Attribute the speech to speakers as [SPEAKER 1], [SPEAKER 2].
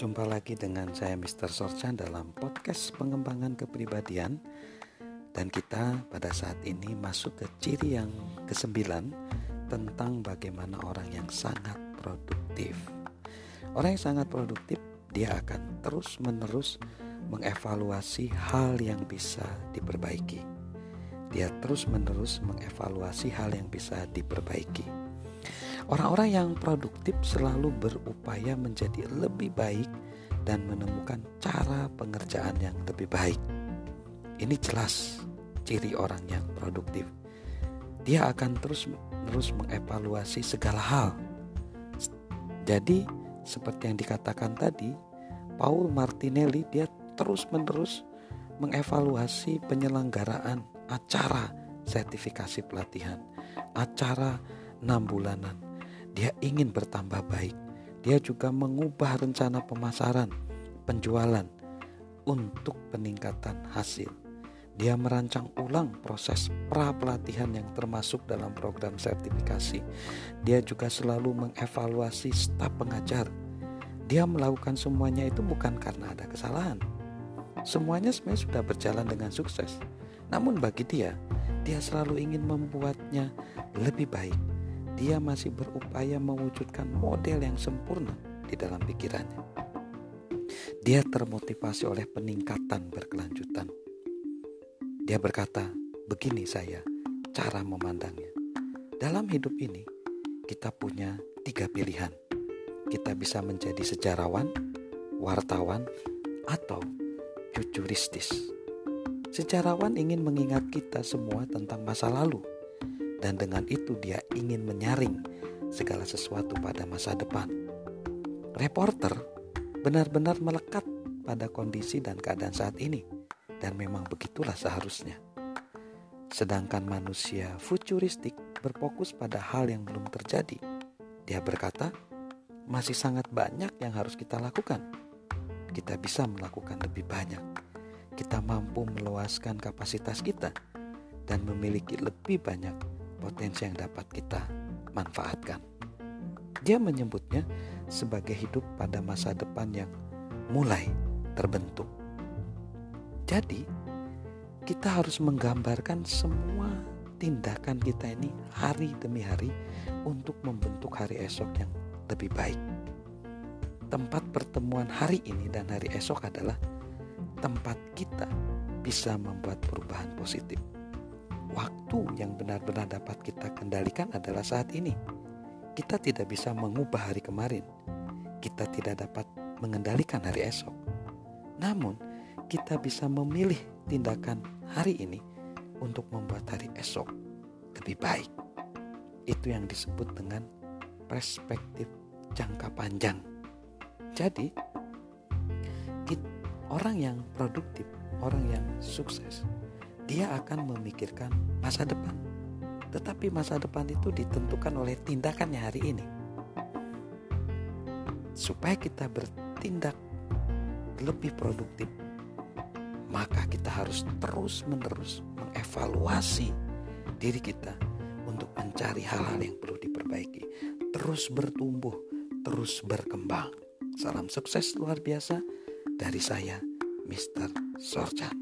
[SPEAKER 1] Jumpa lagi dengan saya Mr. Sorchan dalam podcast pengembangan kepribadian. Dan kita pada saat ini masuk ke ciri yang ke-9 tentang bagaimana orang yang sangat produktif. Orang yang sangat produktif, dia akan terus-menerus mengevaluasi hal yang bisa diperbaiki. Dia terus-menerus mengevaluasi hal yang bisa diperbaiki. Orang-orang yang produktif selalu berupaya menjadi lebih baik dan menemukan cara pengerjaan yang lebih baik. Ini jelas ciri orang yang produktif. Dia akan terus-menerus mengevaluasi segala hal. Jadi, seperti yang dikatakan tadi, Paul Martinelli, dia terus-menerus mengevaluasi penyelenggaraan acara sertifikasi pelatihan, acara 6 bulanan. Dia ingin bertambah baik. Dia juga mengubah rencana pemasaran, penjualan untuk peningkatan hasil. Dia merancang ulang proses pra-pelatihan yang termasuk dalam program sertifikasi. Dia juga selalu mengevaluasi staf pengajar. Dia melakukan semuanya itu bukan karena ada kesalahan. Semuanya sebenarnya sudah berjalan dengan sukses. Namun bagi dia selalu ingin membuatnya lebih baik. Dia masih berupaya mewujudkan model yang sempurna di dalam pikirannya. Dia termotivasi oleh peningkatan berkelanjutan. Dia berkata, begini saya cara memandangnya. Dalam hidup ini, kita punya 3 pilihan. Kita bisa menjadi sejarawan, wartawan, atau futuristis. Sejarawan ingin mengingat kita semua tentang masa lalu. Dan dengan itu dia ingin menyaring segala sesuatu pada masa depan. Reporter benar-benar melekat pada kondisi dan keadaan saat ini. Dan memang begitulah seharusnya. Sedangkan manusia futuristik berfokus pada hal yang belum terjadi. Dia berkata, masih sangat banyak yang harus kita lakukan. Kita bisa melakukan lebih banyak. Kita mampu meluaskan kapasitas kita dan memiliki lebih banyak potensi yang dapat kita manfaatkan. Dia menyebutnya sebagai hidup pada masa depan yang mulai terbentuk. Jadi, kita harus menggambarkan semua tindakan kita ini hari demi hari untuk membentuk hari esok yang lebih baik. Tempat pertemuan hari ini dan hari esok adalah tempat kita bisa membuat perubahan positif. Waktu yang benar-benar dapat kita kendalikan adalah saat ini. Kita tidak bisa mengubah hari kemarin. Kita tidak dapat mengendalikan hari esok. Namun, kita bisa memilih tindakan hari ini untuk membuat hari esok lebih baik. Itu yang disebut dengan perspektif jangka panjang. Jadi, orang yang produktif, orang yang sukses, dia akan memikirkan masa depan. Tetapi masa depan itu ditentukan oleh tindakannya hari ini. Supaya kita bertindak lebih produktif, maka kita harus terus-menerus mengevaluasi diri kita untuk mencari hal-hal yang perlu diperbaiki. Terus bertumbuh, terus berkembang. Salam sukses luar biasa dari saya, Mr. Sorchan.